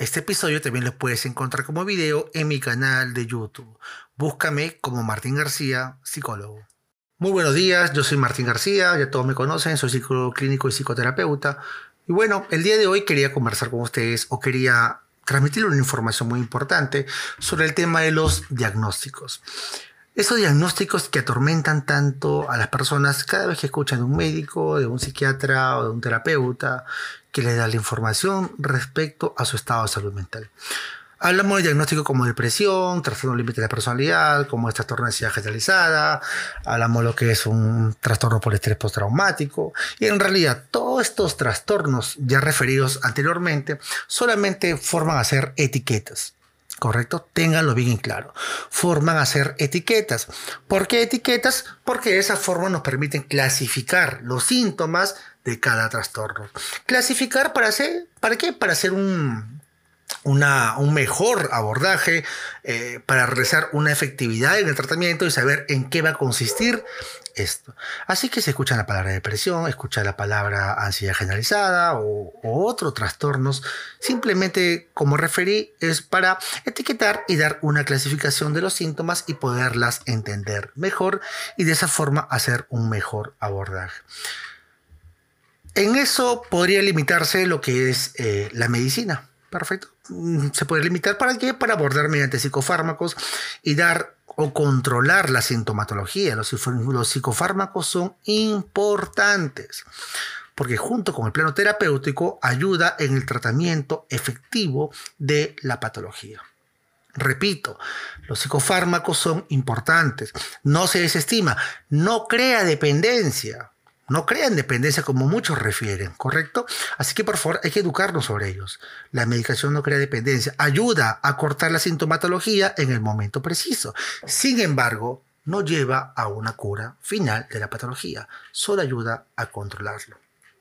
Este episodio también lo puedes encontrar como video en mi canal de YouTube. Búscame como Martín García, psicólogo. Muy buenos días, yo soy Martín García, ya todos me conocen, soy psicólogo clínico y psicoterapeuta. Y bueno, el día de hoy quería conversar con ustedes o quería transmitirles una información muy importante sobre el tema de los diagnósticos. Esos diagnósticos que atormentan tanto a las personas cada vez que escuchan de un médico, de un psiquiatra o de un terapeuta que les da la información respecto a su estado de salud mental. Hablamos de diagnóstico como depresión, trastorno límite de la personalidad, como es trastorno de ansiedad generalizada, hablamos de lo que es un trastorno por estrés postraumático, y en realidad todos estos trastornos ya referidos anteriormente solamente forman a ser etiquetas. ¿Correcto? Ténganlo bien en claro. Forman a ser etiquetas. ¿Por qué etiquetas? Porque de esa forma nos permiten clasificar los síntomas de cada trastorno. Clasificar ¿para qué? Para hacer un mejor abordaje, para realizar una efectividad en el tratamiento y saber en qué va a consistir esto. Así que si escuchan la palabra depresión, escuchan la palabra ansiedad generalizada o otros trastornos, simplemente como referí es para etiquetar y dar una clasificación de los síntomas y poderlas entender mejor y de esa forma hacer un mejor abordaje. En eso podría limitarse lo que es la medicina. Perfecto. Se puede limitar ¿para qué? Para abordar mediante psicofármacos y dar o controlar la sintomatología. Los psicofármacos son importantes porque junto con el plano terapéutico ayuda en el tratamiento efectivo de la patología. Repito, los psicofármacos son importantes. No se desestima. No crea dependencia. No crean dependencia como muchos refieren, ¿correcto? Así que por favor hay que educarnos sobre ellos. La medicación no crea dependencia, ayuda a cortar la sintomatología en el momento preciso. Sin embargo, no lleva a una cura final de la patología, solo ayuda a controlarlo.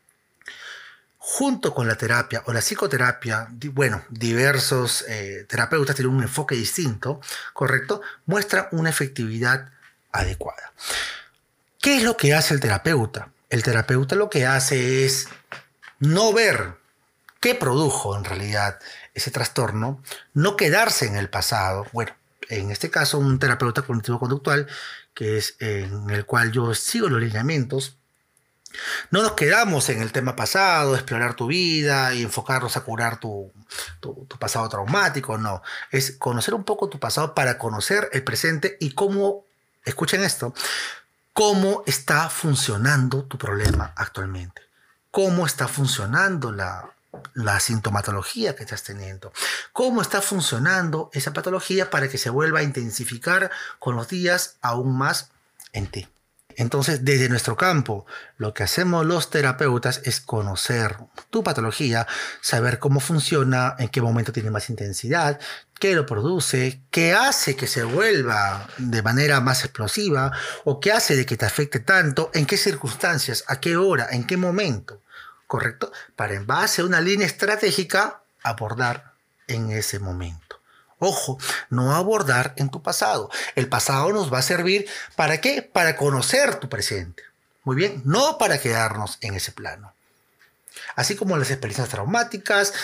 Junto con la terapia o la psicoterapia, diversos terapeutas tienen un enfoque distinto, ¿correcto? Muestran una efectividad adecuada. ¿Qué es lo que hace el terapeuta? El terapeuta lo que hace es no ver qué produjo en realidad ese trastorno, no quedarse en el pasado. Bueno, en este caso un terapeuta cognitivo-conductual, que es en el cual yo sigo los lineamientos. No nos quedamos en el tema pasado, explorar tu vida y enfocarnos a curar tu pasado traumático, no. Es conocer un poco tu pasado para conocer el presente y cómo, escuchen esto, cómo está funcionando tu problema actualmente, cómo está funcionando la sintomatología que estás teniendo, cómo está funcionando esa patología para que se vuelva a intensificar con los días aún más en ti. Entonces, desde nuestro campo, lo que hacemos los terapeutas es conocer tu patología, saber cómo funciona, en qué momento tiene más intensidad, qué lo produce, qué hace que se vuelva de manera más explosiva o qué hace de que te afecte tanto, en qué circunstancias, a qué hora, en qué momento, ¿correcto? Para en base a una línea estratégica abordar en ese momento. Ojo, no abordar en tu pasado. El pasado nos va a servir ¿para qué? Para conocer tu presente. Muy bien, no para quedarnos en ese plano. Así como las experiencias traumáticas,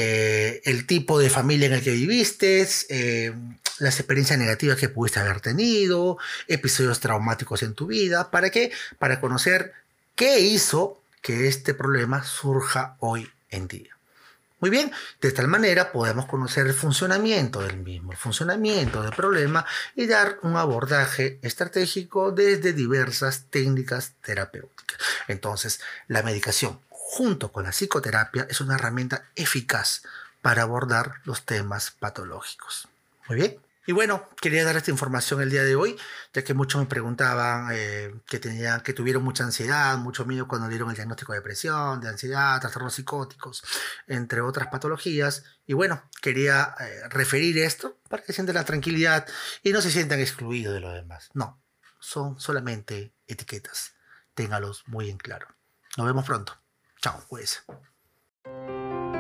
el tipo de familia en el que viviste, las experiencias negativas que pudiste haber tenido, episodios traumáticos en tu vida. ¿Para qué? Para conocer qué hizo que este problema surja hoy en día. Muy bien, de tal manera podemos conocer el funcionamiento del mismo, el funcionamiento del problema y dar un abordaje estratégico desde diversas técnicas terapéuticas. Entonces, la medicación junto con la psicoterapia es una herramienta eficaz para abordar los temas patológicos. Muy bien. Y bueno, quería dar esta información el día de hoy, ya que muchos me preguntaban que tuvieron mucha ansiedad, mucho miedo cuando dieron el diagnóstico de depresión, de ansiedad, trastornos psicóticos, entre otras patologías. Y bueno, quería referir esto para que sientan la tranquilidad y no se sientan excluidos de lo demás. No, son solamente etiquetas. Téngalos muy en claro. Nos vemos pronto. Chao, pues.